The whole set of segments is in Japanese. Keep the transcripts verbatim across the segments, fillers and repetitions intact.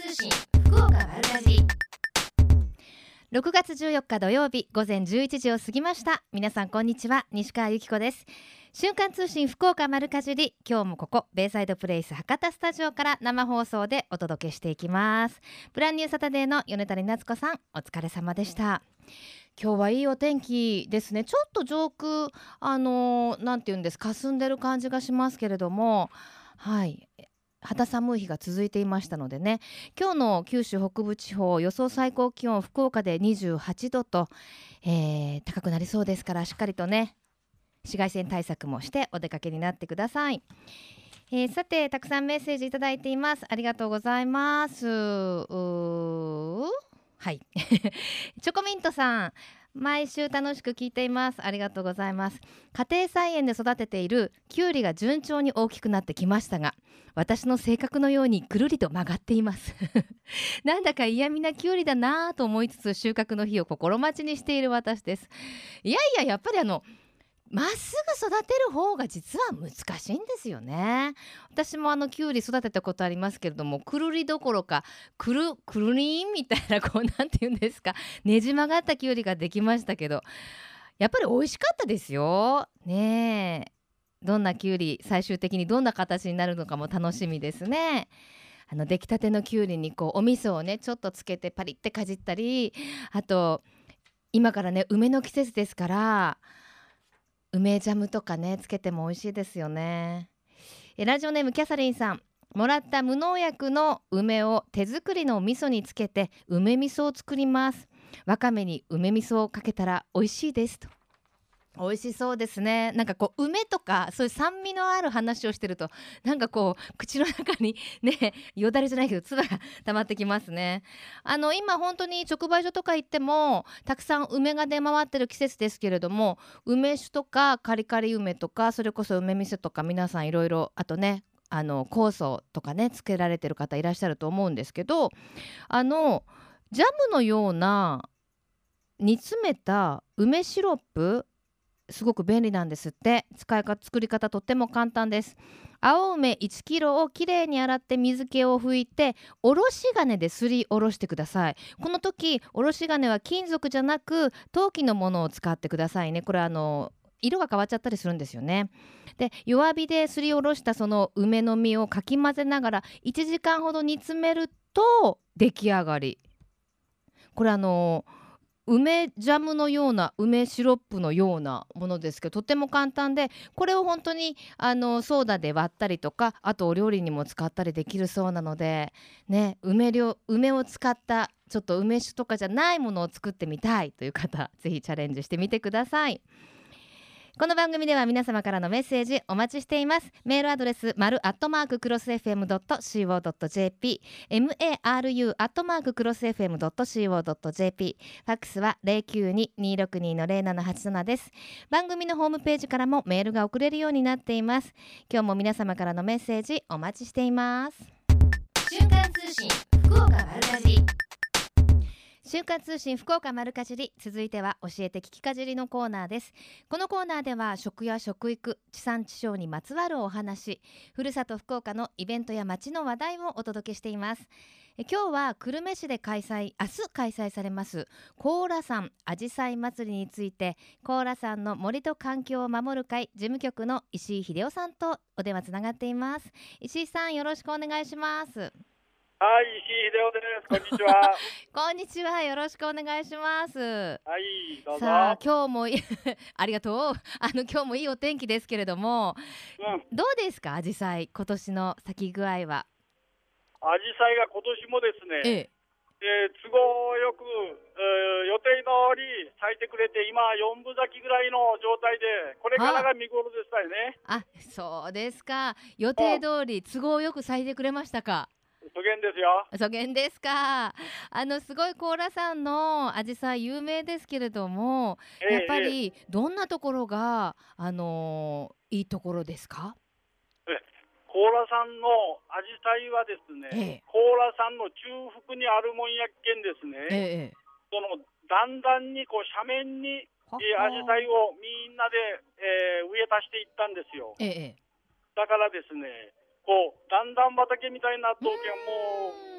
通信福岡丸かじり。ろくがつじゅうよっか土曜日午前じゅういちじを過ぎました。皆さんこんにちは、西川由紀子です。瞬間通信福岡丸かじり、今日もここベイサイドプレイス博多スタジオから生放送でお届けしていきます。ブランニューサタデーの米谷夏子さん、お疲れ様でした。今日はいいお天気ですね。ちょっと上空あのー、なんていうんですか、霞んでる感じがしますけれども、はい肌寒い日が続いていましたのでね、今日の九州北部地方予想最高気温福岡でにじゅうはちどと、えー、高くなりそうですから、しっかりとね紫外線対策もしてお出かけになってください。えー、さてたくさんメッセージいただいています。ありがとうございます。うーはいチョコミントさん、毎週楽しく聞いています。ありがとうございます。家庭菜園で育てているキュウリが順調に大きくなってきましたが、私の性格のようにくるりと曲がっていますなんだか嫌味なキュウリだなと思いつつ、収穫の日を心待ちにしている私です。いやいや、やっぱりあのまっすぐ育てる方が実は難しいんですよね。私もあのキュウリ育てたことありますけれども、くるりどころかくるくるりんみたいな、こうなんていうんですか、ねじ曲がったキュウリができましたけど、やっぱり美味しかったですよね。えどんなキュウリ、最終的にどんな形になるのかも楽しみですね。あの出来たてのキュウリにこうお味噌をねちょっとつけてパリってかじったり、あと今からね梅の季節ですから、梅ジャムとかねつけても美味しいですよね。えラジオネームキャサリンさん、もらった無農薬の梅を手作りの味噌につけて梅味噌を作ります。わかめに梅味噌をかけたら美味しいですと。美味しそうですね。なんかこう梅とかそういう酸味のある話をしてると、なんかこう口の中にねよだれじゃないけど唾が溜まってきますね。あの今本当に直売所とか行ってもたくさん梅が出回ってる季節ですけれども、梅酒とかカリカリ梅とか、それこそ梅味噌とか、皆さんいろいろ、あとねあの酵素とかねつけられてる方いらっしゃると思うんですけど、あのジャムのような煮詰めた梅シロップ、すごく便利なんですって。使い方、作り方とっても簡単です。青梅いちキロをきれいに洗って水気を拭いて、おろし金ですりおろしてください。この時おろし金は金属じゃなく陶器のものを使ってくださいね。これあの色が変わっちゃったりするんですよね。で弱火ですりおろしたその梅の実をかき混ぜながらいちじかんほど煮詰めると出来上がり。これあの梅ジャムのような、梅シロップのようなものですけど、とても簡単で、これを本当にあのソーダで割ったりとか、あとお料理にも使ったりできるそうなのでね、梅料梅を使ったちょっと梅酒とかじゃないものを作ってみたいという方、ぜひチャレンジしてみてください。この番組では皆様からのメッセージお待ちしています。メールアドレス丸アットマーククロス エフエムドットシーオードットジェーピー、 maru アットマーククロス エフエムドットシーオードットジェーピー、 ファックスは ゼロきゅうに にーろくに ゼロななはちなな です。番組のホームページからもメールが送れるようになっています。今日も皆様からのメッセージお待ちしています。瞬間通信福岡丸かじり。週刊通信福岡丸かじり、続いては教えて聞きかじりのコーナーです。このコーナーでは食や食育、地産地消にまつわるお話、ふるさと福岡のイベントや街の話題をお届けしています。え今日は久留米市で開催明日開催されます高良山あじさい祭りについて、高良山の森と環境を守る会事務局の石井秀夫さんとお電話つながっています。石井さん、よろしくお願いします。 はい、石井秀夫です。こんにちは。 こんにちは、よろしくお願いします。 はい、どうぞ。 さあ今日もありがとう。あの今日もいいお天気ですけれども、うん、どうですか、アジサイ今年の咲き具合は。 アジサイが今年もですね、えええー、都合よく、えー、予定通り咲いてくれて、今よんぶ咲きぐらいの状態で、これからが見頃でしたよね。 あ、そうですか。予定通り都合よく咲いてくれましたか。 そげんですよ。 そげんですか。あのすごい高良山のアジサイ有名ですけれども、えー、やっぱりどんなところが、あのー、いいところですか。 え高良山のアジサイはですね、えー、高良山の中腹にあるもんやっけんですね、えー、その段々にこう斜面にアジサイをみんなで、えー、植え足していったんですよ、えー、だからですねこう段々畑みたいな東京はもう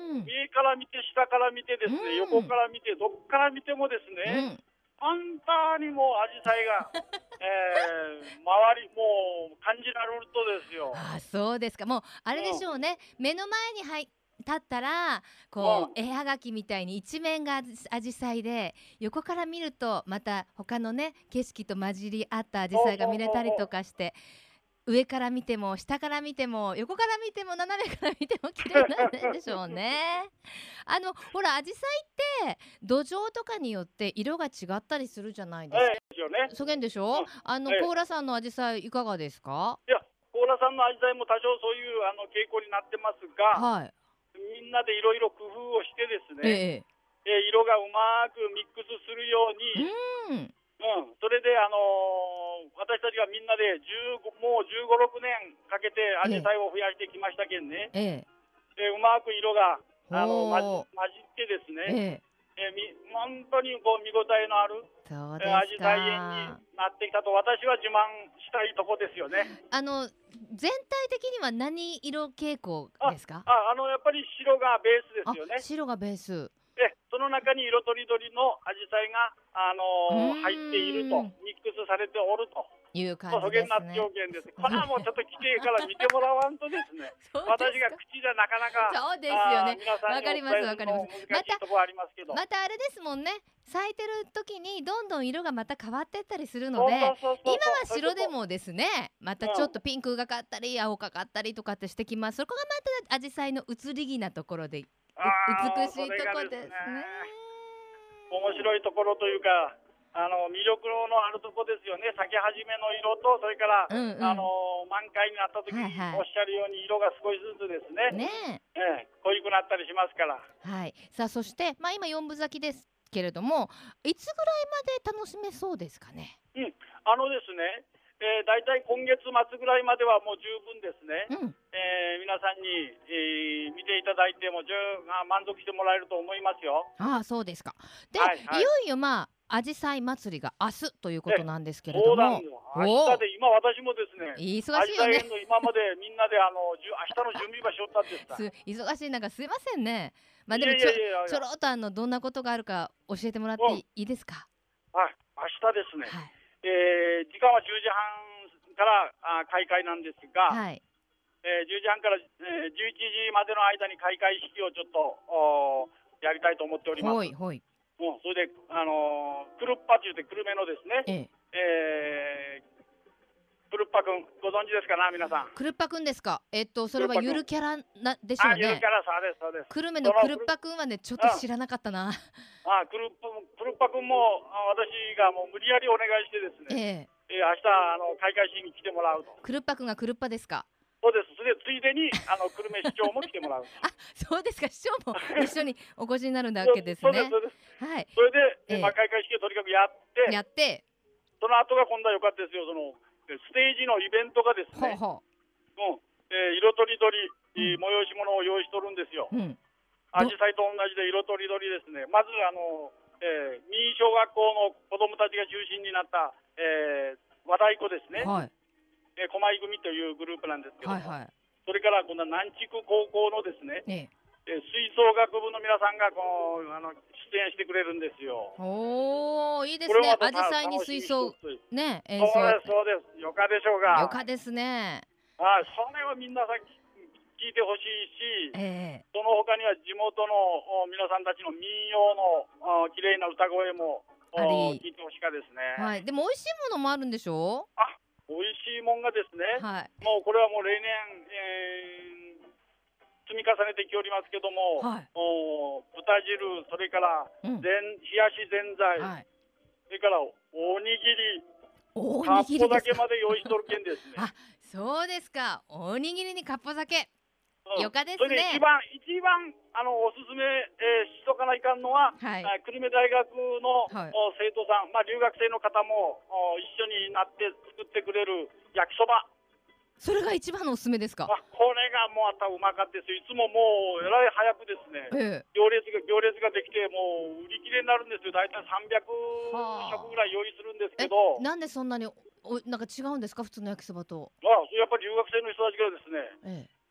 上から見て下から見てですね、横から見てどっから見てもですね、簡単にもうアジサイが、えー、周りもう感じられるとですよ。 あ、そうですか。もうあれでしょうね、うん、目の前に入立ったらこう、うん、絵はがきみたいに一面がアジサイで、横から見るとまた他のね景色と混じり合ったアジサイが見れたりとかして、上から見ても下から見ても横から見ても斜めから見ても綺麗なんでしょうね。あのほらアジサイって土壌とかによって色が違ったりするじゃないですか。 ええ、ね、 そげんでしょ、うん、あの、ええ、高良山のアジサイいかがですか？ いや、高良山のアジサイも多少そういうあの傾向になってますが、はい、みんなでいろいろ工夫をしてですね、えええ色がうまくミックスするように、うんうん、それで、あのー、私たちがみんなでじゅうごもうじゅうご、ろくねんかけてアジサイを増やしてきましたけんね、ええ、でうまく色があの混じってですね、えええみ本当にこう見応えのあるアジサイ園になってきたと私は自慢したいとこですよね。 あの全体的には何色傾向ですか？ ああのやっぱり白がベースですよね。 白がベース。 えその中に色とりどりのアジサイが、あのー、入っていると、ミックスされておるという感じですね。 これはもうちょっと来てから見てもらわんとですね。私が口じゃなかなかそうですよね。わかりますわかります。 またまたあれですもんね。咲いてる時にどんどん色がまた変わっていったりするので、今は白でもですね、またちょっとピンクがかったり青がかったりとかってしてきます。そこがまたアジサイの移り気なところで美しいところですね。 面白いところというか、あの魅力のあるところですよね。咲き始めの色と、それから、うんうん、あの満開になった時に、はいはい、おっしゃるように色が少しずつですね、ねええ、濃ゆくなったりしますから。 はい。さあそして、まあ、今よんぶ咲きですけれども、いつぐらいまで楽しめそうですかね。 うん、あのですね、えー、だいたい今月末ぐらいまではもう十分ですね、うん、えー、皆さんに、えー、見ていただいても十分満足してもらえると思いますよ。 ああ、そうですか。で、はいはい、いよいよまあアジサイ祭りが明日ということなんですけれども、 明日で今私もですね、 忙しいよね。 の今までみんなであの明日の準備場所ったんですか。 忙しい中すいませんね。まあでもちょちょろっとあのどんなことがあるか教えてもらっていいですか。 はい、明日ですね。はい、えー、時間はじゅうじはんからあ開会なんですが、はい、えー、じゅうじはんから、えー、じゅういちじまでの間に開会式をちょっとやりたいと思っております。 ほいほい。 もうそれで、あのー、クルッパというて久留米のですね、えええー、クルッパくんご存知ですかな、皆さん。 クルッパくんですか。えっとそれはゆるキャラなでしょうね。 あ、ゆるキャラ、そうですそうです。 久留米のクルッパくんはねちょっと知らなかったな。 あ、クルッパクルッパくんも私がもう無理やりお願いしてですね、えー、えー、明日あの開会式に来てもらうと。 クルッパくんがクルッパですか。 そうです。それでついでにあの久留米市長も来てもらう。 あ、そうですか。市長も一緒にお越しになるわけですね。 そうですそうです。 はい。 それで、えー、まあ開会式をとにかくやってやって、 その後が今度は良かったですよ。そのステージのイベントがですね、 ほうほう、うん、えー、色とりどり、うん、催し物を用意しとるんですよ。うん、アジサイと同じで色とりどりですね。まずあの、えー、民小学校の子どもたちが中心になった、えー、和太鼓ですね。はい。えー、狛井組というグループなんですけども、はいはい、それから今度は南筑高校のですね、ねえー、吹奏楽部の皆さんがこうあの出演してくれるんですよ。 おー、いいですね。アジサイに吹奏ね、演奏。 そうですそうです。よかでしょうが。 よかですね。 あ、それをみんなさっき聞いてほしいし、えー、その他には地元の皆さんたちの民謡の綺麗な歌声も聞いてほしかですね。 はい。でも美味しいものもあるんでしょう？ あ、美味しいもんがですね。はい。もうこれはもう例年、えー、積み重ねてきておりますけども、はい、お豚汁、それから、うん、冷やしぜんざい、はい、それからおにぎり、 おにぎりですか。 かっぽ酒まで用意しとるけんですね。 あ、そうですか。おにぎりにかっぽ酒。 うん、 よかですね。 それで一番一番あのおすすめ、えー、しとかないかんのは、はい、久留米大学の、はい、生徒さん、まあ留学生の方も一緒になって作ってくれる焼きそば。 それが一番のおすすめですか。 あ、これがもうあったうまかったですよ。いつももうえらい早くですね、ええ、行列が行列ができてもう売り切れになるんですよ。だいたいさんびゃく食ぐらい用意するんですけど。 なんでそんなにおなんか違うんですか、普通の焼きそばと。 あ、やっぱり留学生の人たちがですね、ええ、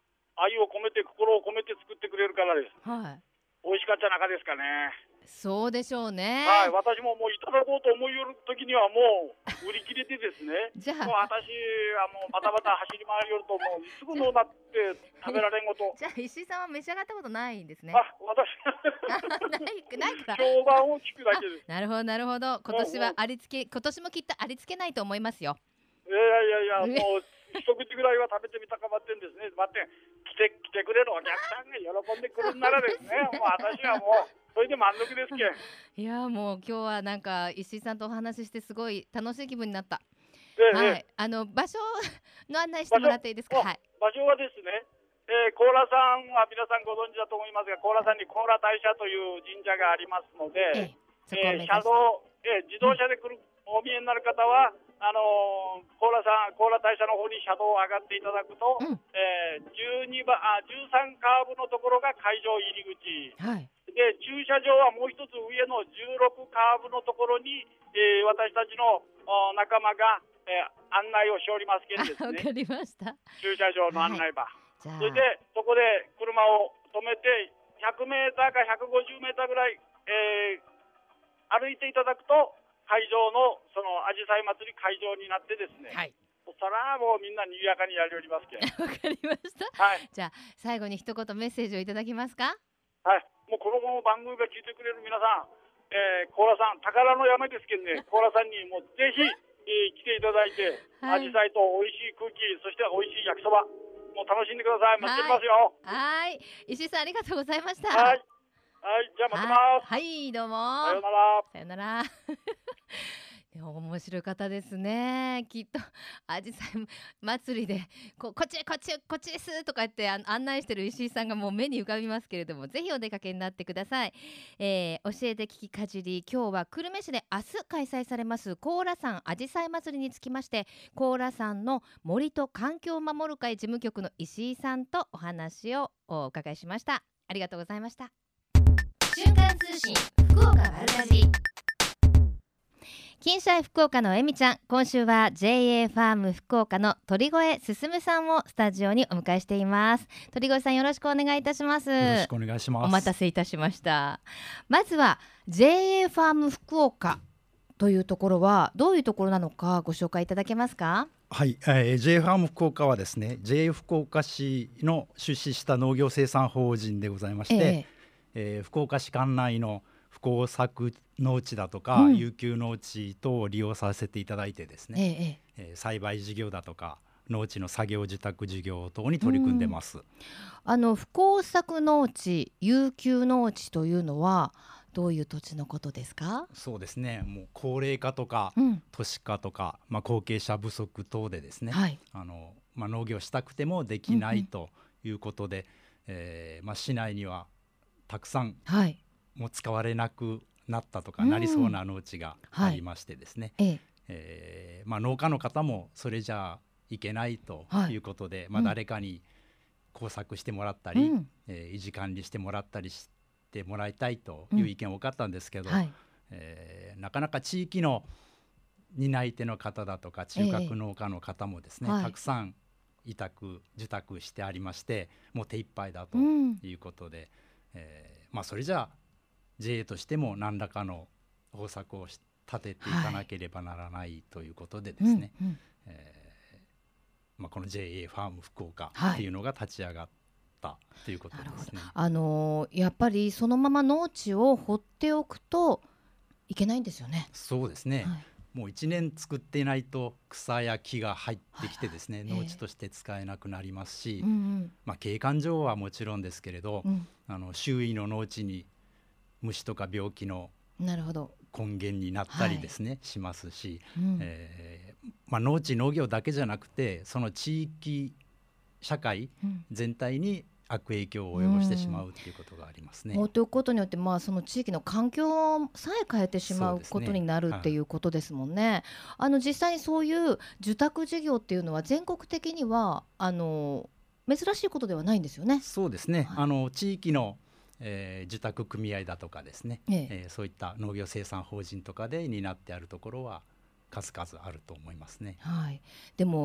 愛を込めて心を込めて作ってくれるからです。 はい。 美味しかった中ですかね。 そうでしょうね。 はい、私ももういただこうと思いよる時にはもう売り切れてですね。 じゃあもう私はもうバタバタ走り回りよるともうすぐそうなって食べられんごと。 じゃあ石井さんは召し上がったことないんですね。 あ、私ないないから。 評判を聞くだけです。 なるほどなるほど。今年はありつけ今年もきっとありつけないと思いますよ。 いやいやいやもう一口ぐらいは食べてみたかばってんですね。待って来て来てくれるお客さんが喜んでくるんならですね。もう私はもうそれで満足ですけん。 いやもう今日はなんか石井さんとお話ししてすごい楽しい気分になった。 ええ、 はい、あの場所の案内してもらっていいですか。はい、 場所はですね、えー、高良さんは皆さんご存知だと思いますが、高良さんに高良大社という神社がありますので、えええー、車道、えー、自動車で来る、うん、お見えになる方はあのー、高良さん高良大社の方に車道を上がっていただくと、うん、えー、じゅうにばんあじゅうさんカーブのところが会場入り口。はい、で駐車場はもう一つ上のじゅうろくカーブのところに、えー、私たちの仲間が、えー、案内をしておりますけれどですね。 わかりました。 駐車場の案内場、はい、 じゃあそれでそこで車を止めてひゃくメーターかひゃくごじゅうメーターぐらい、えー、歩いていただくと会場のそのあじさい祭り会場になってですね。はい。そしたらもうみんなにぎやかにやりおりますけど。 わかりました。はい。じゃあ最後に一言メッセージをいただけますか。はい。 もうこの後も番組が聞いてくれる皆さん、えー、高良さん宝の山ですけどね、高良さんにもうぜひ、えー、来ていただいて、あじさいと美味しい空気、そして美味しい焼きそば、もう楽しんでください。待ってますよ。 はい。石井さんありがとうございました。 はい。はい、じゃあ待ってます。 はい、どうも。 さようなら。 さようなら。面白い方ですね。きっとあじさい祭りで こ, こっちこっちこっちですとか言って案内してる石井さんがもう目に浮かびますけれども、ぜひお出かけになってください。えー、教えて聞きかじり、今日は久留米市で明日開催されます高良山あじさい祭りにつきまして、高良山の森と環境を守る会事務局の石井さんとお話をお伺いしました。ありがとうございました。瞬間通信福岡丸かじり、金シャイ福岡のえみちゃん、今週は ジェイエー ファーム福岡の鳥越進さんをスタジオにお迎えしています。鳥越さんよろしくお願いいたします。よろしくお願いします。 お待たせいたしました。まずは ジェイエー ファーム福岡というところはどういうところなのかご紹介いただけますか。 はい、えー、ジェイエー ファーム福岡はですね ジェイエー 福岡市の出資した農業生産法人でございまして、えーえー、福岡市管内の耕作農地だとか、うん、有給農地等を利用させていただいてですね、えええー、栽培事業だとか農地の作業自宅事業等に取り組んでます、うん、 あの耕作農地有給農地というのはどういう土地のことですか。 そうですね、もう高齢化とか、うん、都市化とか、まあ、後継者不足等でですね、はい、あのまあ、農業したくてもできないということで、うんうん、えーまあ、市内にはたくさん、はい、もう使われなくなったとか、うん、なりそうな農地がありましてですね、はい、ええーまあ、農家の方もそれじゃいけないということで、はい、まあ、誰かに耕作してもらったり、うん、えー、維持管理してもらったりしてもらいたいという意見多かったんですけど、うん、はい、えー、なかなか地域の担い手の方だとか中核農家の方もですね、えー、たくさん委託受託してありまして、もう手一杯だということで、うん、えーまあ、それじゃあジェイエー としても何らかの方策を立てていかなければならないということでですね、はい、えーまあ、この ジェイエー ファーム福岡っていうのが立ち上がったということですね。 あのー、やっぱりそのまま農地を放っておくといけないんですよね。 そうですね、はい、もういちねん作っていないと草や木が入ってきてですね、はいはい、農地として使えなくなりますし、えーうんうん、まあ、景観上はもちろんですけれど、うん、あの周囲の農地に虫とか病気の根源になったりですね、はい、しますし、うん、えーまあ、農地農業だけじゃなくてその地域社会全体に悪影響を及ぼしてしまうということがありますね。 うん、ということによって、まあ、その地域の環境さえ変えてしまうことになるっていうことですもんね。はい、あの実際にそういう受託事業っていうのは全国的にはあの珍しいことではないんですよね。 そうですね、はい、あの地域のえー、受託組合だとかですね、えええー、そういった農業生産法人とかで担ってあるところは数々あると思いますね。 はい、でも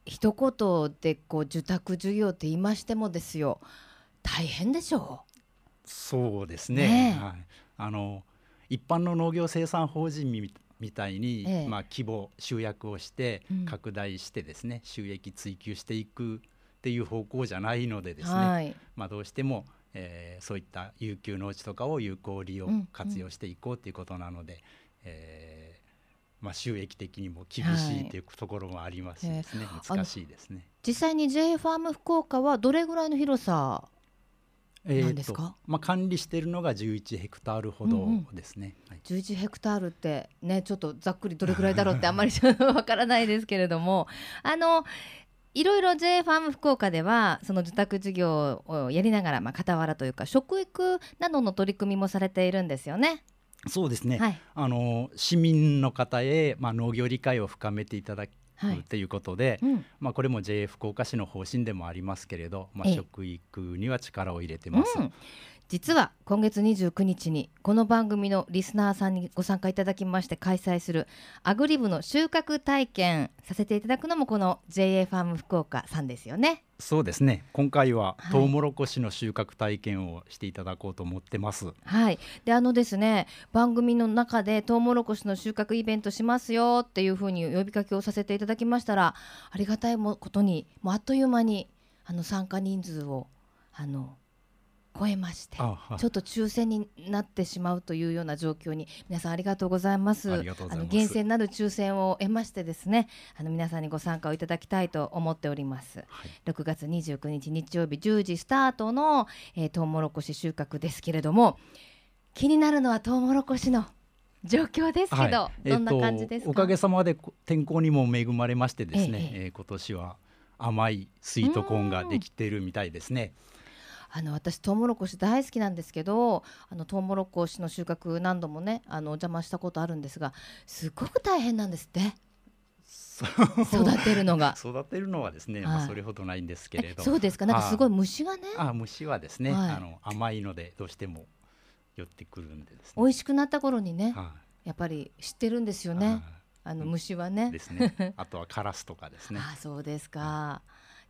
一言でこう受託授業って言いましてもですよ、大変でしょう。 そうですね、ね、はい、あの一般の農業生産法人みみたいに、ええ、まあ、規模集約をして拡大してですね、うん、収益追求していくっていう方向じゃないのでですね、はい、まあ、どうしても、えー、そういった遊休農地とかを有効利用、うん、活用していこうということなので、えーまあ、収益的にも厳しいというところもありますしですね、はい、難しいですね。 実際に ジェイエー ファーム福岡はどれぐらいの広さなんですか？ えーまあ、管理しているのがじゅういちヘクタールほどですね、うんうん、はい、 じゅういちヘクタールってね、ちょっとざっくりどれぐらいだろうってあんまりわからないですけれどもあのいろいろ ジェイエー ファーム福岡ではその受託事業をやりながら、まあ、傍らというか食育などの取り組みもされているんですよね。 そうですね、はい、あの市民の方へ、まあ、農業理解を深めていただくということで、はい、うん、まあ、これも ジェイエー 福岡市の方針でもありますけれど、まあ、食育には力を入れてます、うん、 実は今月にじゅうくにちにこの番組のリスナーさんにご参加いただきまして開催するアグリ部の収穫体験させていただくのもこの ジェイエー ファーム福岡さんですよね。 そうですね、今回はトウモロコシの収穫体験をしていただこうと思ってます。 はい、であのですね、番組の中でトウモロコシの収穫イベントしますよっていうふうに呼びかけをさせていただきましたら、ありがたいことにもうあっという間にあの参加人数をあの超えまして、ああちょっと抽選になってしまうというような状況に、皆さんありがとうございます。 ありがとうございます。 あの厳正なる抽選を得ましてですね、あの皆さんにご参加をいただきたいと思っております、はい、ろくがつにじゅうくにち日曜日じゅうじスタートの、えー、トウモロコシ収穫ですけれども、気になるのはトウモロコシの状況ですけど、はい、どんな感じですか？ えー、おかげさまで天候にも恵まれましてですね、えーえー、今年は甘いスイートコーンができているみたいですね。 あの私トウモロコシ大好きなんですけど、あのトウモロコシの収穫何度もねあのお邪魔したことあるんですが、すごく大変なんですって。育てるのが育てるのはですね、はい、まあ、それほどないんですけれど。 そうですか。なんかすごい虫がね、 ああ虫はですね、はい、あの甘いのでどうしても寄ってくるんでですね、 美味しくなった頃にね、はい、やっぱり知ってるんですよね、あの虫はね、 ですね。あとはカラスとかですね。 あ、そうですか、はい、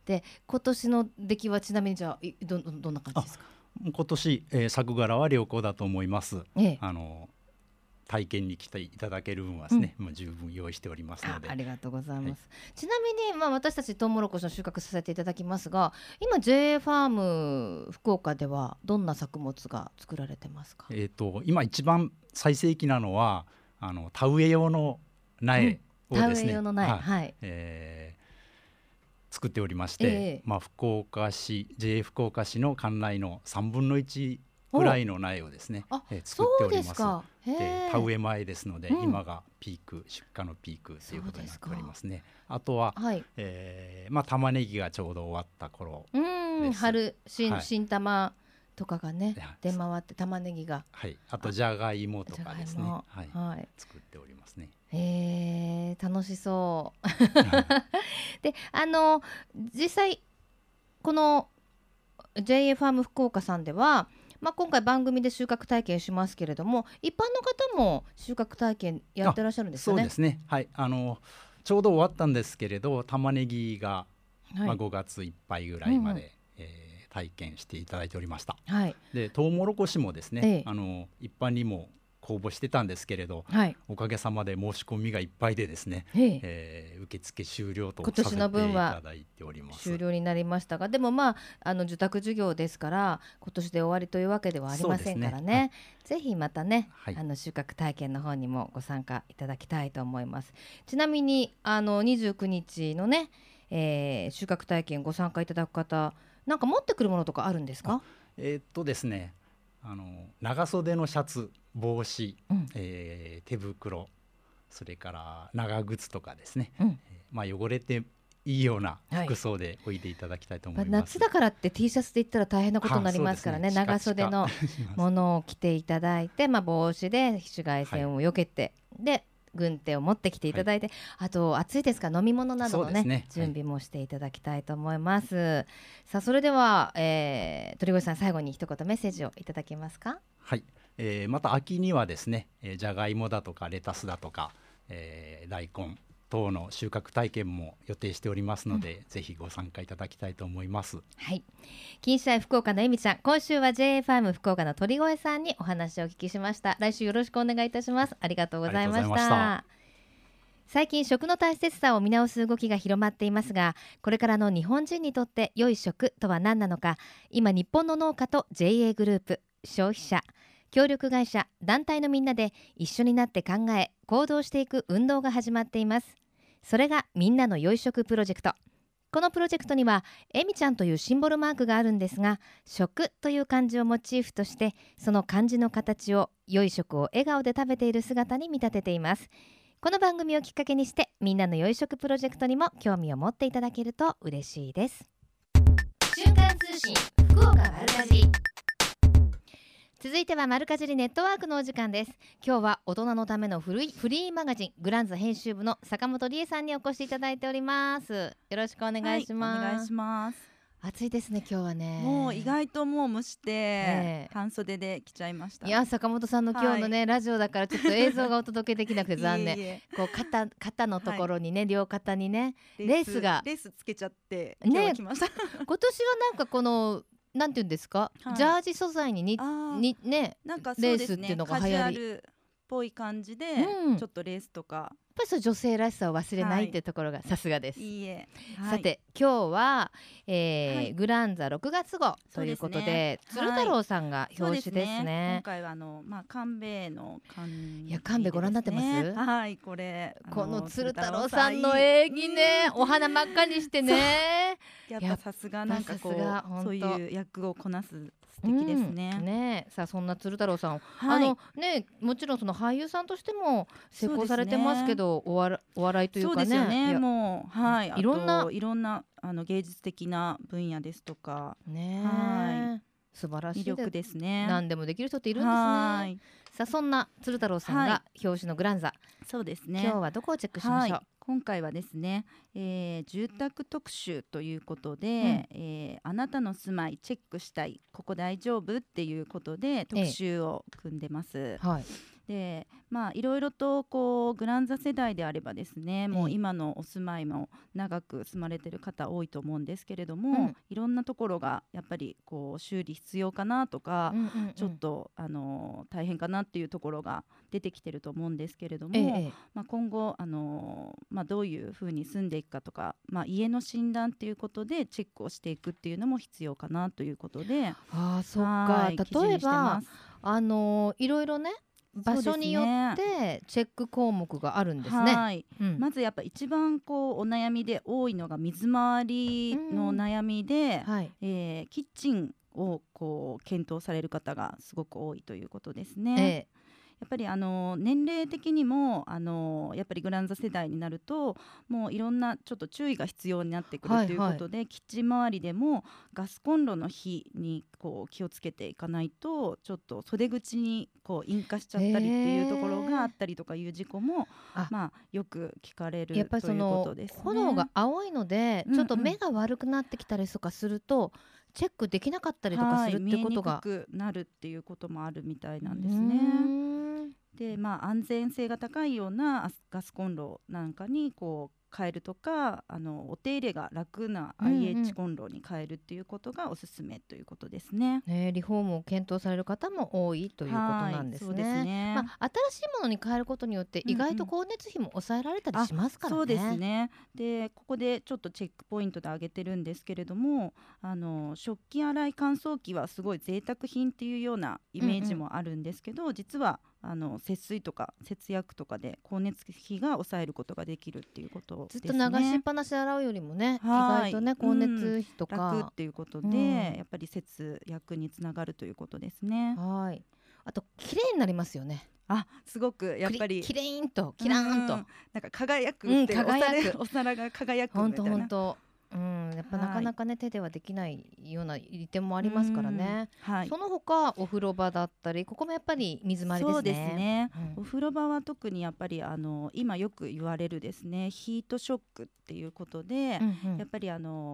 で今年の出来はちなみにじゃあ ど, どんな感じですか？ 今年、えー、作柄は良好だと思います、ええ、あの体験に来ていただける分はですね、うん、もう十分用意しておりますので。 あ, ありがとうございます、はい、ちなみに、まあ、私たちトウモロコシの収穫させていただきますが、今 ジェイエー ファーム福岡ではどんな作物が作られてますか？ えー、と今一番最盛期なのはあの田植え用の苗をですね、うん、田植え用の苗、はいはい、えー作っておりまして、えーまあ、福岡市 ジェイエー 福岡市の管内のさんぶんのいちぐらいの苗をですね、えー、作っております。で田植え前ですので、うん、今がピーク出荷のピークということになっておりますね。あとは、はい、えーまあ、玉ねぎがちょうど終わった頃です。 うん、春 新,、はい、新玉とかがね出回って玉ねぎが、 はい、あとじゃがいもとかですね、はいはい、作っておりますね。 えー、楽しそうであの実際この ジェイエー ファーム福岡さんでは、まあ、今回番組で収穫体験しますけれども、一般の方も収穫体験やってらっしゃるんですよね？ そうですね、はい、あのちょうど終わったんですけれど、玉ねぎが、はいまあ、ごがついっぱいぐらいまで、うんえー、体験していただいておりました、はい、でトウモロコシもですね、ええ、あの一般にも公募してたんですけれど、はい、おかげさまで申し込みがいっぱいでですね、えええー、受付終了とさせていただいております。 終了になりましたが、でもまああの受託授業ですから今年で終わりというわけではありませんからね、ね、はい、ぜひまたね、はい、あの収穫体験の方にもご参加いただきたいと思います。ちなみにあのにじゅうくにちのね、えー、収穫体験ご参加いただく方、なんか持ってくるものとかあるんですか？ えー、っとですねあの長袖のシャツ、帽子、うんえー、手袋、それから長靴とかですね、うんえーまあ、汚れていいような服装でおいでいただきたいと思います、はい、 夏だからって T シャツで言ったら大変なことになりますから ね, ね長袖のものを着ていただいて、まあ、帽子で紫外線を避けて、はい、で軍手を持ってきていただいて、はい、あと暑いですから飲み物などの、ねね、準備もしていただきたいと思います、はい、さあそれでは、えー、鳥越さん最後に一言メッセージをいただけますか？ はい、えー、また秋にはですね、えー、じゃがいもだとかレタスだとか、えー、大根、 等の収穫体験も予定しておりますので、うん、ぜひご参加いただきたいと思います。 はい、金シャイ福岡のえみちゃん、今週は ジェーエー ファーム福岡の鳥越さんにお話をお聞きしました。来週よろしくお願いいたします。ありがとうございました。最近食の大切さを見直す動きが広まっていますが、これからの日本人にとって良い食とは何なのか、今日本の農家と ジェーエー グループ、消費者、協力会社、団体のみんなで一緒になって考え行動していく運動が始まっています。それがみんなの良い食プロジェクト。このプロジェクトにはえみちゃんというシンボルマークがあるんですが、食という漢字をモチーフとして、その漢字の形を良い食を笑顔で食べている姿に見立てています。この番組をきっかけにして、みんなの良い食プロジェクトにも興味を持っていただけると嬉しいです。瞬間通信福岡丸かじり。続いては丸かじりネットワークのお時間です。今日は大人のためのフリー、フリーマガジングランザ編集部の坂本理恵さんにお越しいただいております。よろしくお願いします。 はい、お願いします。 暑いですね今日はね。 もう意外ともう蒸して、えー、半袖で来ちゃいました。 いや坂本さんの今日のね、はい、ラジオだからちょっと映像がお届けできなくて残念。いえいえ、こう 肩, 肩のところにね、はい、両肩にねレースがレースつけちゃって今日は来ました、ね、 今年はなんかこのなんていうんですか、はい、ジャージ素材にににねなんかそうですね、 レースっていうのが流行りカジュアルっぽい感じで、うん、ちょっとレースとかやっぱりそう女性らしさを忘れない、はい、っていうところがさすがです。 いいえ、 はい、さて今日は、えーはい、グランザろくがつ号ということで、ね、鶴太郎さんが表紙ですね。はい、ね今回はあの、まあ、神戸の漢字ですね。 いや神戸ご覧になってます？ はい、これこの鶴太郎さんの演技ね、お花真っ赤にしてねやっぱさすがなんかこうそういう役をこなす素敵ですね。 うん、ねさあそんな鶴太郎さん、はい、あのねもちろんその俳優さんとしても成功されてますけど、お笑お笑いというかね、 そうですよね、もうはい、 いろんないろんなあの芸術的な分野ですとかね、 はい、 素晴らしい魅力ですね。 何でもできる人っているんですね。はい、さあそんな鶴太郎さんが表紙のグランザ、はい、 そうですね、 今日はどこをチェックしましょう？はい、 今回はですね、えー、住宅特集ということで、うん、えー、あなたの住まいチェックしたい、ここ大丈夫っていうことで特集を組んでます。ええ、はい、でまあいろいろとこうグランザ世代であればですね、もう今のお住まいも長く住まれてる方多いと思うんですけれども、うん、いろんなところがやっぱりこう修理必要かなとか、うんうんうん、ちょっとあの大変かなっていうところが出てきてると思うんですけれども、ええ、まあ、今後あの、まあ、どういうふうに住んでいくかとか、まあ、家の診断っていうことでチェックをしていくっていうのも必要かなということで、 あ、そっか、例えばあのいろいろね場所によってチェック項目があるんですね。 はい、うん、まずやっぱ一番こうお悩みで多いのが水回りの悩みで、はい、えー、キッチンをこう検討される方がすごく多いということですね。ええ、やっぱりあの年齢的にもあのやっぱりグランザ世代になるともういろんなちょっと注意が必要になってくるということで、はいはい、キッチン周りでもガスコンロの火にこう気をつけていかないとちょっと袖口にこう引火しちゃったりっていうところがあったりとかいう事故も、まあ、よく聞かれるということですね。 炎が青いのでちょっと目が悪くなってきたりとかすると、うんうん、チェックできなかったりとかするってことが、 はい、見えにくくなるっていうこともあるみたいなんですね。で、まあ、安全性が高いようなガスコンロなんかにこう変えるとか、あのお手入れが楽な アイエイチ コンロに変えるっていうことがおすすめということですね。 ね、リフォームを検討される方も多いということなんですね。そうですね、まあ、新しいものに変えることによって意外と光熱費も抑えられたりしますからね。 そうですね。でここでちょっとチェックポイントで挙げてるんですけれども、あの食器洗い乾燥機はすごい贅沢品っていうようなイメージもあるんですけど、うんうん、実はあの節水とか節約とかで光熱費が抑えることができるっていうことですね。 ずっと流しっぱなし洗うよりもね、意外とね光熱費とか、 うん、楽っていうことで、うん、やっぱり節約につながるということですね。 はい、あと綺麗になりますよね。 あ、すごくやっぱりきれいんとキラーンと、 なんか輝くって、うん、輝くお皿が輝くみたいな。 ほんとほんと、うん、やっぱなかなかね、はい、手ではできないような利点もありますからね、はい、その他お風呂場だったり、ここもやっぱり水回りですね。 そうですね、うん、お風呂場は特にやっぱりあの今よく言われるですねヒートショックっていうことで、うんうん、やっぱりあの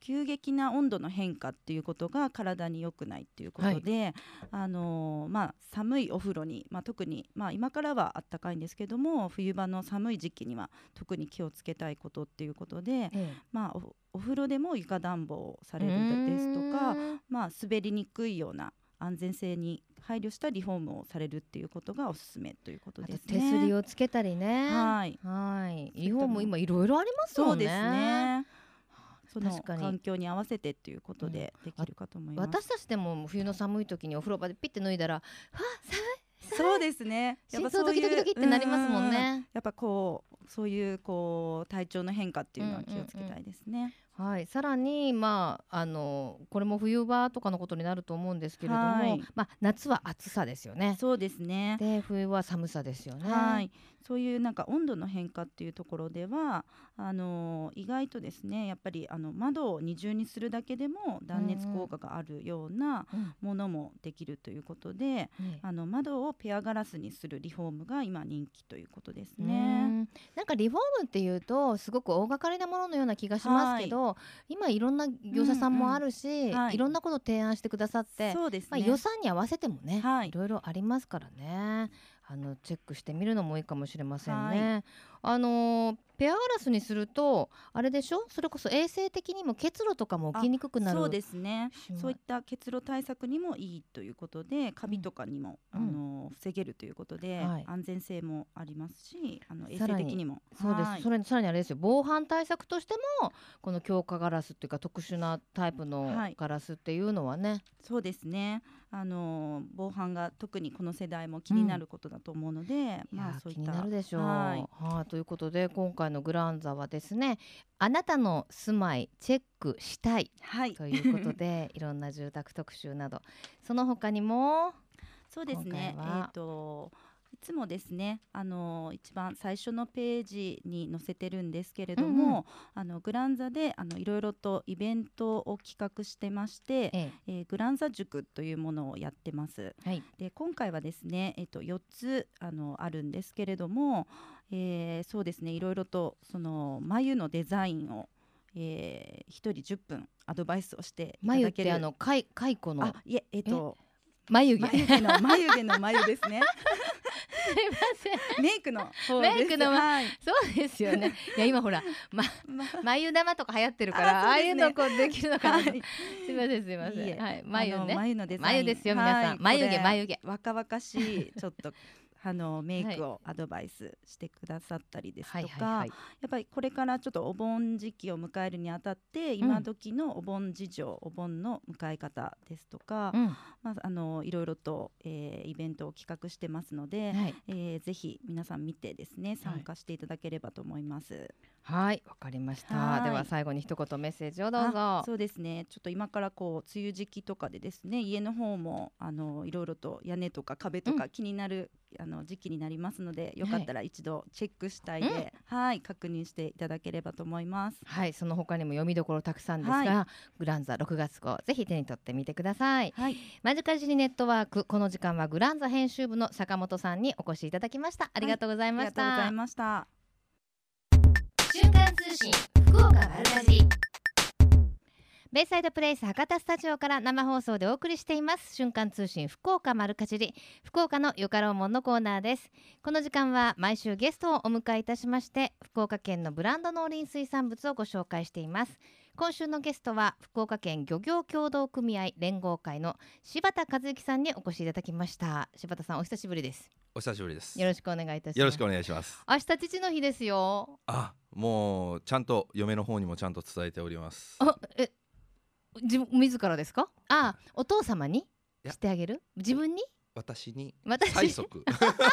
急激な温度の変化っていうことが体に良くないっていうことで、はい、あのーまあ、寒いお風呂に、まあ、特に、まあ、今からはあったかいんですけども冬場の寒い時期には特に気をつけたいことっていうことで、ええまあ、お, お風呂でも床暖房をされるですとか、まあ、滑りにくいような安全性に配慮したリフォームをされるっていうことがおすすめということですね。 手すりをつけたりね。 はい、 はいリフォーム今いろいろありますもんね。 そうですね。その環境に合わせてっていうことでできるかと思います、 うん、私たちでも冬の寒い時にお風呂場でピッて脱いだらはっ寒いそうですね。 やっぱそういう心臓ドキドキドキってなりますもんね。 やっぱこうそういうこう体調の変化っていうのは気をつけたいですね。 うんうんうん、はい、さらに、まあ、あのこれも冬場とかのことになると思うんですけれども、はいまあ、夏は暑さですよね。 そうですね。 で冬は寒さですよね。 はい、そういうなんか温度の変化っていうところではあの意外とですねやっぱりあの窓を二重にするだけでも断熱効果があるようなものもできるということで、うん、あの窓をペアガラスにするリフォームが今人気ということですね。 なんかリフォームっていうとすごく大掛かりなもののような気がしますけど、はい、今いろんな業者さんもあるし、うんうんはい、いろんなことを提案してくださって、そうですね、まあ、予算に合わせてもね、はい、いろいろありますからね。あのチェックしてみるのもいいかもしれませんね。はい、あのペアガラスにするとあれでしょ、それこそ衛生的にも結露とかも起きにくくなる。 そうですね。そういった結露対策にもいいということでカビとかにも、うん、あの防げるということで、はい、安全性もありますしあの衛生的にもそうです、はい、それさらにあれですよ、防犯対策としてもこの強化ガラスっていうか特殊なタイプのガラスっていうのはね、はい、 そうですね。あの防犯が特にこの世代も気になることだと思うので、うん、まあ、そういった気になるでしょう。はい、はあ、ということで今回のグランザはですね、あなたの住まいチェックしたい、はい、ということでいろんな住宅特集などその他にもそうですね、えーといつもですねあの一番最初のページに載せてるんですけれども、うんうん、あのグランザであのいろいろとイベントを企画してまして、えええー、グランザ塾というものをやってます、はい、で今回はですね、えー、とよっつあのあるんですけれども、えー、そうですねいろいろとその眉のデザインをえー、ひとりじゅっぷんアドバイスをしていただける。 眉ってあのかい蚕のあいええっ、ー、と眉毛眉毛の眉毛の眉ですねすいませんメイクの方です。メイクの、 はい、 そうですよね。いや今ほら、ま、眉玉とか流行ってるからああ、ね、ああいうのこうできるのかな、はい、すいませんすいませんいい、はい、眉ね眉のデザイン眉ですよ皆さん、はい、眉毛眉毛若々しいちょっとあのメイクをアドバイスしてくださったりですとか、はいはいはいはい、やっぱりこれからちょっとお盆時期を迎えるにあたって今時のお盆事情、うん、お盆の迎え方ですとか、うんまあ、あのいろいろと、えー、イベントを企画してますので、はいえー、ぜひ皆さん見てですね参加していただければと思います。 はい、わかりました。では最後に一言メッセージをどうぞ。 そうですね、ちょっと今からこう梅雨時期とかでですね家の方もあのいろいろと屋根とか壁とか気になる、うん、あの時期になりますのでよかったら一度チェックしたいで、はいはい、確認していただければと思います。 はい、その他にも読みどころたくさんですが、はい、グランザろくがつ号ぜひ手に取ってみてください。はい、マジカルジリネットワーク、この時間はグランザ編集部の坂本さんにお越しいただきました。ありがとうございました。 はい、ありがとうございました。 瞬間通信福岡丸かじり、ベイサイドプレイス博多スタジオから生放送でお送りしています瞬間通信福岡丸かじり、福岡のよかろうもんのコーナーです。この時間は毎週ゲストをお迎えいたしまして福岡県のブランド農林水産物をご紹介しています。今週のゲストは福岡県漁業協同組合連合会の柴田和之さんにお越しいただきました。柴田さんお久しぶりです。 お久しぶりです。 よろしくお願いいたします。 よろしくお願いします。 明日父の日ですよ。 あ、もうちゃんと嫁の方にもちゃんと伝えております。 あ、え、自分自らですか？あ、お父様にしてあげる？自分に？ 私に最速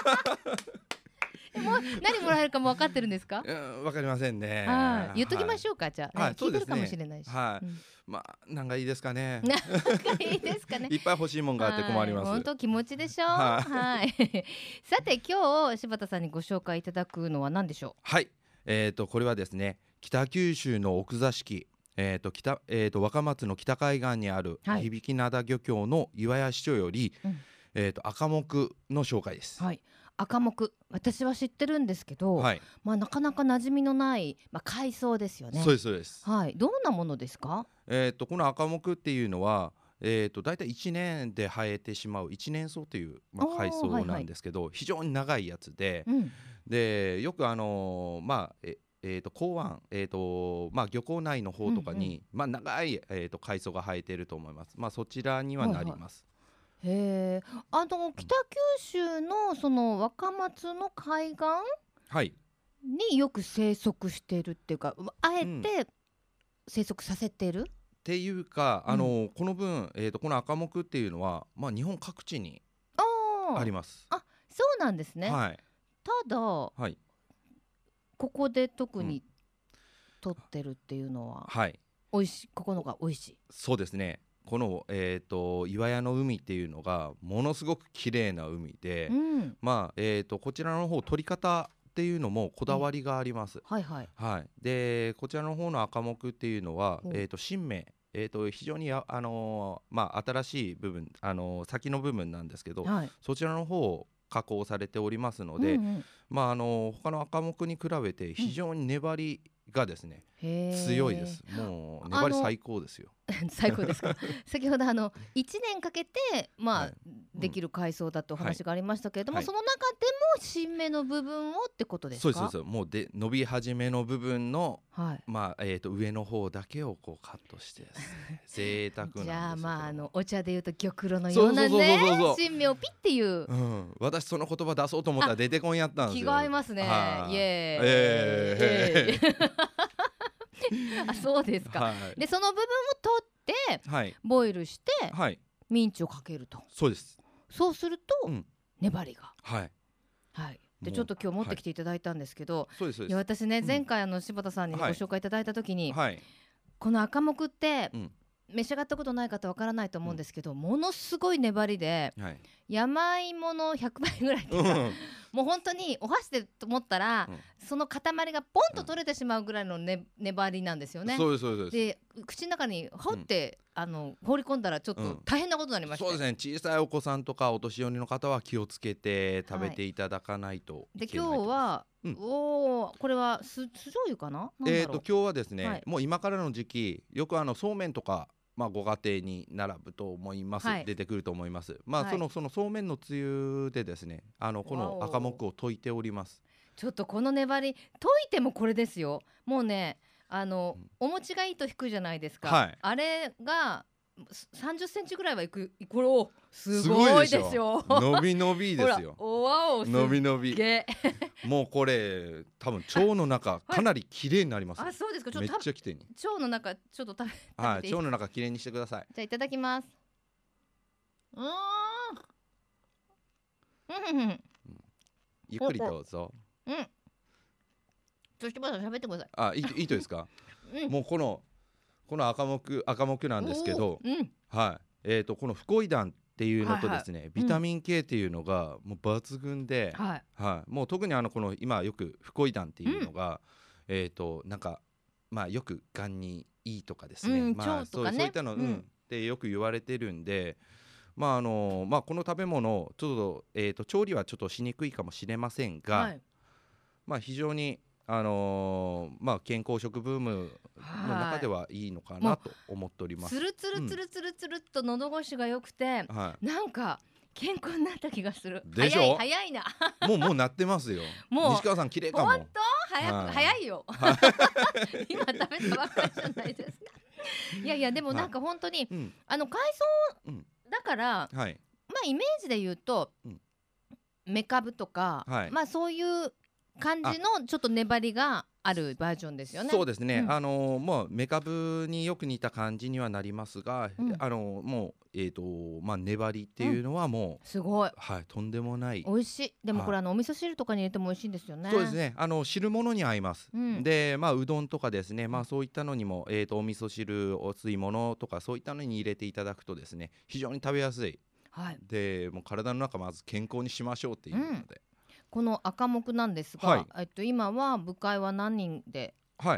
もう何もらえるかも分かってるんですか？ わかりませんね。 あ、言っときましょうか、はい、じゃあ、はい、聞いてるかもしれないし、 はい、うん、まあなんかいいですかね。 なんかいいですかね。 いっぱい欲しいもんがあって困ります。 本当気持ちでしょう。はい、はい、さて今日柴田さんにご紹介いただくのは何でしょう？ はい、えーとこれはですね、北九州の奥座敷、えーと北えーと若松の北海岸にある響灘漁協の岩屋支所より、うん、えーと赤木の紹介です。 はい、 赤木、私は知ってるんですけど、はい、まあ、なかなか馴染みのない、まあ、海藻ですよね。 そうですそうです、 はい、どんなものですか？ えー、とこの赤木っていうのは、えー、とだいたいいちねんで生えてしまう一年草という、まあ、海藻なんですけど、はいはい、非常に長いやつで、うん、でよくあのー、まあええー、と港湾、えーとまあ、漁港内の方とかに、うんうん、まあ、長い、えー、と海藻が生えていると思います。まあ、そちらにはなります。 はいはい、へえ、あの北九州のその若松の海岸、 はい、 によく生息しているっていうか、あえて生息させている、うん、 っていうか、あのーうん、この分、えー、とこの赤木っていうのは、まあ、日本各地にあります。 あ、そうなんですね。 はい、 ただ、はい、ここで特に取ってるっていうのは、うん、はい、おいしい、ここのが美味しい。 そうですね。この、えー、と岩屋の海っていうのがものすごく綺麗な海で、うん、まあえー、とこちらの方取り方っていうのもこだわりがあります。 はいはいはい、でこちらの方の赤木っていうのは、えー、と新芽、えー、と非常にあ、あのーまあ、新しい部分、あのー、先の部分なんですけど、はい、そちらの方を加工されておりますので、うんうん、まああのー、他の赤木に比べて非常に粘りがですね、うん、強いです。もう粘り最高ですよ。 最高ですか。先ほどあのいちねんかけて、まあはい、できる海藻だとお話がありましたけれども、はい、その中でも新芽の部分をってことですか？ そうですそうです。もうで伸び始めの部分の、はい、まあえー、と上の方だけをこうカットしてですね、贅沢なんですよ。 じゃあまああのお茶でいうと玉露のようなね、新芽をピッていう、 うん、私その言葉出そうと思ったら出てこんやったんですよ。 気が合いますね。イエーイ、えーあ、そうですか、はい、でその部分を取って、はい、ボイルして、はい、ミンチをかけると。 そうです。 そうすると、うん、粘りが、 はいはい、でちょっと今日持ってきていただいたんですけど、はい、 そうですそうです。 いや私ね、前回あの柴田さんに、ね、ご紹介いただいた時に、はい、この赤木って、うん、召し上がったことない方わからないと思うんですけど、うん、ものすごい粘りで、はい、山芋のひゃくばいぐらいっていうか、うん、もう本当にお箸でと思ったら、うん、その塊がポンと取れてしまうぐらいの、ね、粘りなんですよね。 そうですそうです。 で口の中にほって、うん、あの放り込んだらちょっと大変なことになりました、 うん、そうですね。小さいお子さんとかお年寄りの方は気をつけて食べていただかないといけないと。 で今日は、うん、おこれは酢醤油かな。なんだろう。 えーと今日はですね、はい、もう今からの時期よくあのそうめんとか、まあ、ご家庭に並ぶと思います、はい、出てくると思います。まあ、はい、そのそのそうめんのつゆでですね、あのこの赤木を溶いております。 ちょっとこの粘り溶いてもこれですよ。もうね、あの、うん、お餅が糸引くじゃないですか、はい、あれがさんじゅっセンチぐらいはいく。これをすごいですよ。 伸び伸びですよ。 おわお、 伸び伸びもうこれ多分腸の中かなり綺麗になります、 はい、あ、そうですか。ちょっとめっちゃきれいに腸の中ちょっと食べ、 はい、腸の中綺麗にしてください。 じゃあいただきます。うーん、うんうん、 ゆっくりどうぞ。 うん。ちょっと喋ってください。 あ、いいいいとですか、うん、もうこのこの赤木赤木なんですけど、うん、はい、えーとこのフコイダンっていうのとですね、はいはい、ビタミン系っていうのがもう抜群で、うん、はいはい、もう特にあのこの今よくフコイダンっていうのが、うん、えーとなんかまあよくがんにいいとかですね、うん、まあ、 腸とかね、 そう、そういったの、うん、ってよく言われてるんで、まああのまあ、この食べ物ちょっと、えーと調理はちょっとしにくいかもしれませんが、はい、まあ非常にあのーまあ、健康食ブームの中ではいいのかなと思っております。 つるつるつるつるつるっと喉越しが良くて、うん、なんか健康になった気がする。 でしょ。 早い早いなもうもうなってますよ。もう西川さん綺麗かも。 本当早く、はい、早いよ今食べたばっかりじゃないですかいやいやでもなんか本当に、はい、うん、あの海藻だから、うん、はい、まあイメージで言うと、うん、メカブとか、はい、まあそういう感じのちょっと粘りがあるバージョンですよね。 そうですね、うん、あのー、もうメカブによく似た感じにはなりますが、うん、あのー、もう、えーとまあ、粘りっていうのはもう、うん、 すごい、 はい、とんでもない。 美味しい。でもこれ、はい、あのお味噌汁とかに入れても美味しいんですよね。 そうですね、あの汁物に合います、うん、で、まあ、うどんとかですね、まあ、そういったのにも、えーとお味噌汁、お吸い物とかそういったのに入れていただくとですね、非常に食べやすい、はい、でもう体の中まず健康にしましょうっていうので、うん、 この赤木なんですが、はい、えっと、今は部会は何人で。 はい、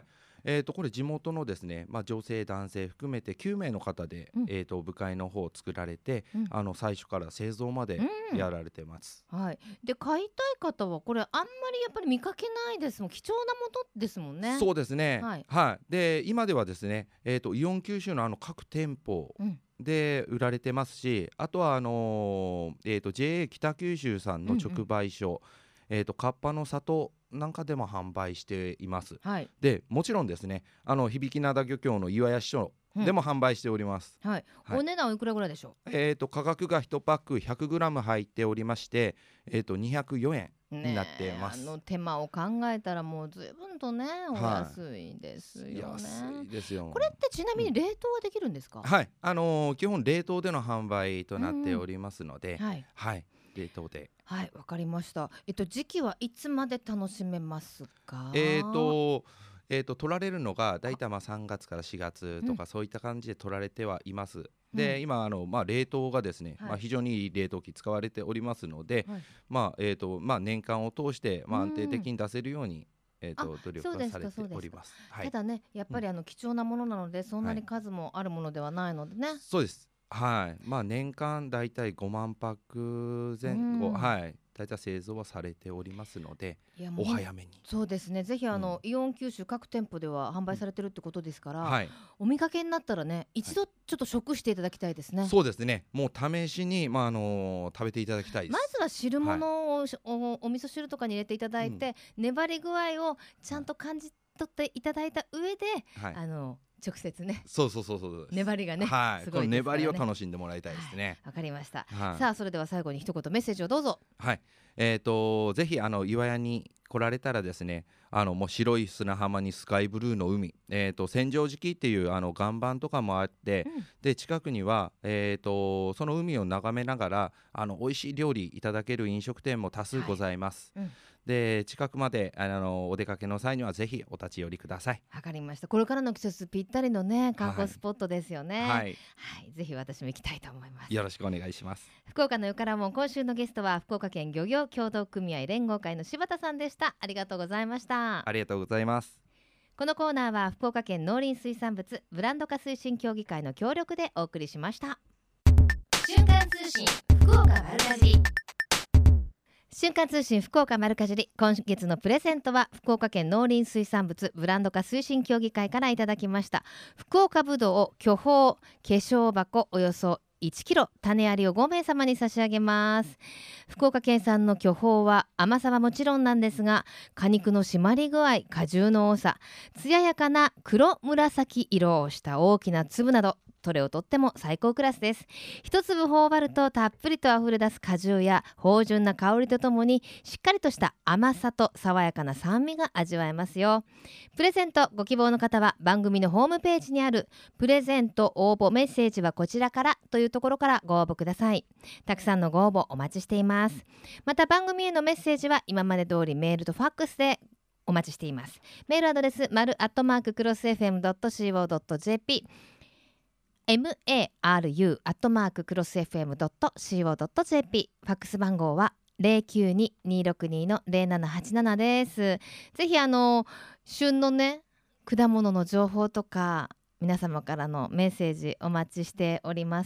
えー、とこれ地元のですね、まあ、女性男性含めてきゅうめいの方で、うん、えー、と部会の方を作られて、うん、あの最初から製造までやられてます、 うん、はい、で買いたい方はこれあんまりやっぱり見かけないですもん。貴重なものですもんね。 そうですね、はいはい、で今ではですね、えー、とイオン九州のあの各店舗、うんで売られてますし、あとはあのーえー、と ジェーエー 北九州さんの直売所、うんうん、えー、とカッパの里なんかでも販売しています、はい、でもちろんですね、あの響灘漁協の岩屋支所でも販売しております、 うん、はいはい、お値段はいくらぐらいでしょう。 えー、と価格がいちパック ひゃくグラム 入っておりまして、えー、とにひゃくよえんになっています。 あの手間を考えたらもう随分とねお安いですよね、はい、 安いですよ。 これってちなみに冷凍はできるんですか？ うん、はい、あのー、基本冷凍での販売となっておりますので、うん、はい、はい、冷凍で。 はい、わかりました。えっと時期はいつまで楽しめますか？ えーとえーと取られるのがだいたいまあさんがつからしがつとか、うん、そういった感じで取られてはいます。で、うん、今あの、まあ、冷凍がですね、はい、まあ、非常にいい冷凍機使われておりますので、はい、まあえーとまあ、年間を通して、まあ、安定的に出せるように、えーと努力がされております。 はい、ただねやっぱりあの貴重なものなので、うん、そんなに数もあるものではないのでね、はい、 そうです。はい、まあ、年間だいたいごまんパック前後、うん、はい、だいたい製造はされておりますので、お早めに。 そうですね、ぜひあの、うん、イオン九州各店舗では販売されてるってことですから、うん、はい、お見かけになったらね一度ちょっと食していただきたいですね、はい、 そうですね、もう試しに、まああのー、食べていただきたいです。 まずは汁物を、はい、お, お味噌汁とかに入れていただいて、うん、粘り具合をちゃんと感じ取っていただいた上で、はい、あの直接ね、 そうそうそうそう粘りがね、 はい、 すごいですからね、この粘りを楽しんでもらいたいですね。 わ、はい、かりました、 はい、 さあそれでは最後に一言メッセージをどうぞ。 はい、えーとぜひあの岩屋に来られたらですね、あのもう白い砂浜にスカイブルーの海、えーと千畳敷っていうあの岩盤とかもあって、うん、で近くには、えーとその海を眺めながらあの美味しい料理いただける飲食店も多数ございます、はい、うん、で近くまであのお出かけの際にはぜひお立ち寄りください。 わかりました。これからの季節ぴったりのね観光スポットですよね。はい、はいはい、ぜひ私も行きたいと思います。 よろしくお願いします。 福岡のよからも今週のゲストは福岡県漁業協同組合連合会の柴田さんでした。ありがとうございました。 ありがとうございます。 このコーナーは福岡県農林水産物ブランド化推進協議会の協力でお送りしました。瞬間通信福岡丸かじり、瞬間通信福岡丸かじり、今月のプレゼントは福岡県農林水産物ブランド化推進協議会からいただきました福岡ぶどう巨峰化粧箱およそいちキロ種ありをごめいさまに差し上げます。福岡県産の巨峰は甘さはもちろんなんですが、果肉の締まり具合、果汁の多さ、艶やかな黒紫色をした大きな粒など、どれをとっても最高クラスです。一粒頬張るとたっぷりとあふれ出す果汁や芳醇な香りとともにしっかりとした甘さと爽やかな酸味が味わえますよ。プレゼントご希望の方は番組のホームページにあるプレゼント応募メッセージはこちらからというところからご応募ください。たくさんのご応募お待ちしています。また番組へのメッセージは今まで通りメールとファックスでお待ちしています。メールアドレス丸アットマーククロス エフエムドットシーオードットジェーピーマル アットマーククロス エフエムドットシーオードットジェーピー、 ファックス番号は ゼロきゅうに にーろくに の ゼロななはちなな です。ぜひあの旬のね果物の情報とか皆様からのメッセージお待ちしております。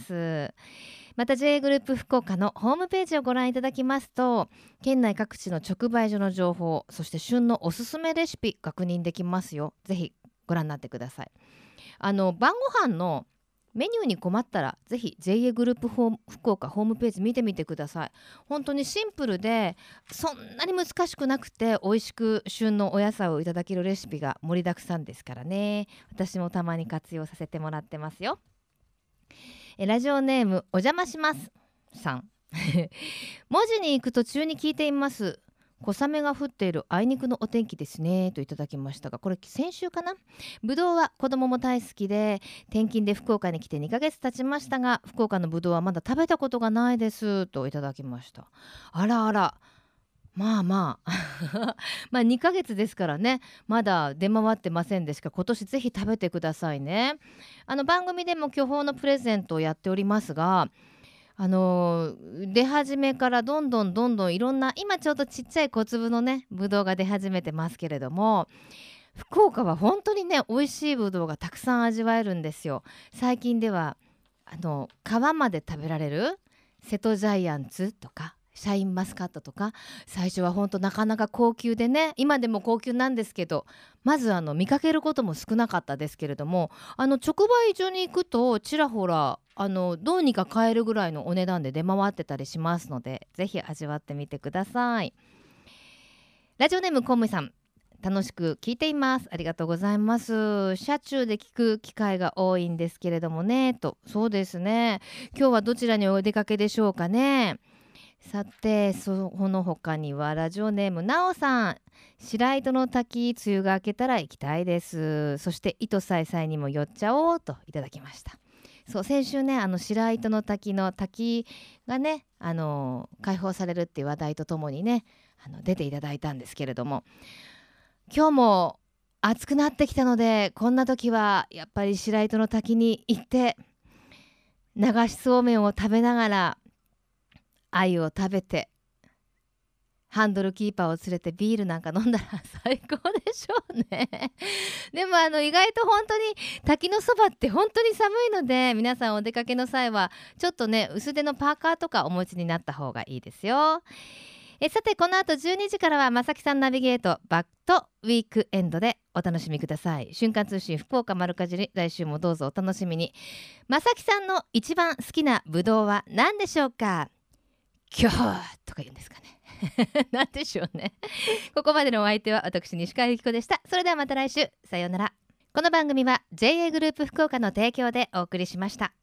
また ジェイエー グループ福岡のホームページをご覧いただきますと、県内各地の直売所の情報、そして旬のおすすめレシピ確認できますよ。ぜひご覧になってください。あの晩ご飯のメニューに困ったらぜひ ジェイエー グループ福岡ホームページ見てみてください。本当にシンプルでそんなに難しくなくて美味しく旬のお野菜をいただけるレシピが盛りだくさんですからね。私もたまに活用させてもらってますよ。えラジオネームお邪魔しますさん文字に行く途中に聞いています。小雨が降っているあいにくのお天気ですねといただきましたが、これ先週かな。ぶどうは子供も大好きで転勤で福岡に来てにかげつ経ちましたが、福岡のぶどうはまだ食べたことがないですといただきました。あらあら、まあまあまあにかげつですからね、まだ出回ってませんでしか今年ぜひ食べてくださいね。あの番組でも巨峰のプレゼントをやっておりますが、あのー、出始めからどんどんどんどんいろんな、今ちょうどちっちゃい小粒のねぶどうが出始めてますけれども、 福岡は本当にね美味しいぶどうがたくさん味わえるんですよ。最近ではあの皮まで食べられる瀬戸ジャイアンツとかシャインマスカットとか、最初は本当なかなか高級でね、今でも高級なんですけど、まずあの見かけることも少なかったですけれども、あの直売所に行くとちらほらあのどうにか買えるぐらいのお値段で出回ってたりしますので、ぜひ味わってみてください。ラジオネームコムさん、楽しく聞いています。ありがとうございます。車中で聞く機会が多いんですけれどもねと。そうですね、今日はどちらにお出かけでしょうかね。さて、その他にはラジオネームなおさん、白糸の滝梅雨が明けたら行きたいです。そして糸さいさいにも寄っちゃおうといただきました。そう、先週ね、あの白糸の滝の滝がね、あの開放されるっていう話題とともにね、あの出ていただいたんですけれども、今日も暑くなってきたので、こんな時はやっぱり白糸の滝に行って流しそうめんを食べながら鮎を食べて、ハンドルキーパーを連れてビールなんか飲んだら最高でしょうね。でもあの意外と本当に滝のそばって本当に寒いので、皆さんお出かけの際はちょっとね薄手のパーカーとかお持ちになった方がいいですよ。えさて、この後じゅうにじからは正木さんナビゲートバックとウィークエンドでお楽しみください。瞬間通信福岡丸かじり、来週もどうぞお楽しみに。正木さんの一番好きなぶどうは何でしょうか。キョーとか言うんですかね。なんでしょうね。ここまでのお相手は私西川由紀子でした。それではまた来週、さようなら。この番組は ジェイエー グループ福岡の提供でお送りしました。